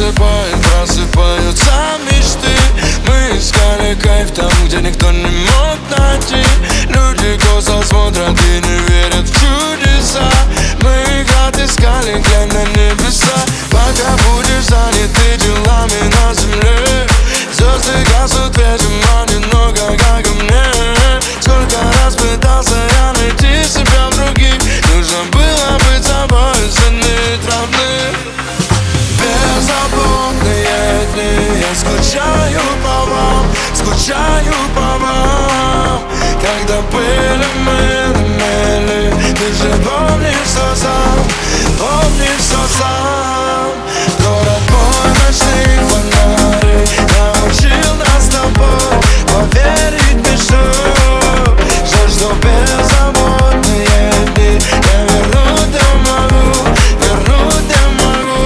просыпаются мечты. Мы искали кайф там, где никто не мог найти. Люди косо смотрят и не верят в чудеса. Мы их отыскали, глянь на небеса. Пока будешь занят ты делами на земле, звезды гаснут, видимо, немного как и мне. Сколько раз пытался я найти себя в других, нужно было быть собой, ценить родных. Беззаботные дни, я скучаю по вам, скучаю по вам. Когда были мы на мели, ты же помнишь, что сам, помнишь, что сам. Город мой, ночные фонари научил нас с тобой поверить в мечту. Жаль, что беззаботные дни я вернуть не могу, вернуть не могу.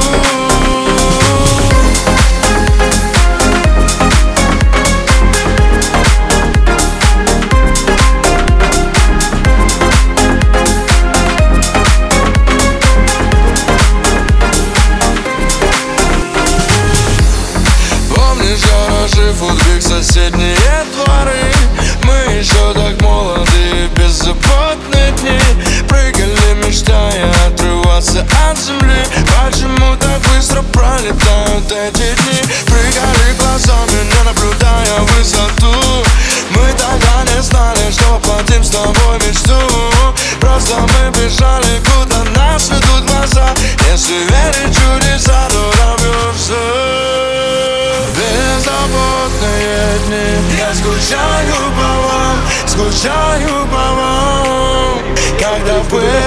Футбик, соседние дворы. Мы еще так молоды, беззаботные дни. Прыгали, мечтая отрываться от земли. Почему так быстро пролетают эти дни? Прыгали глазами, не наблюдая высоту. Мы тогда не знали, что воплотим с тобой мечту. Просто мы бежали, куда нас ведут глаза. Если верить в чудеса, то добьешься. Беззаботные дни, я скучаю по вам, скучаю по вам. Когда были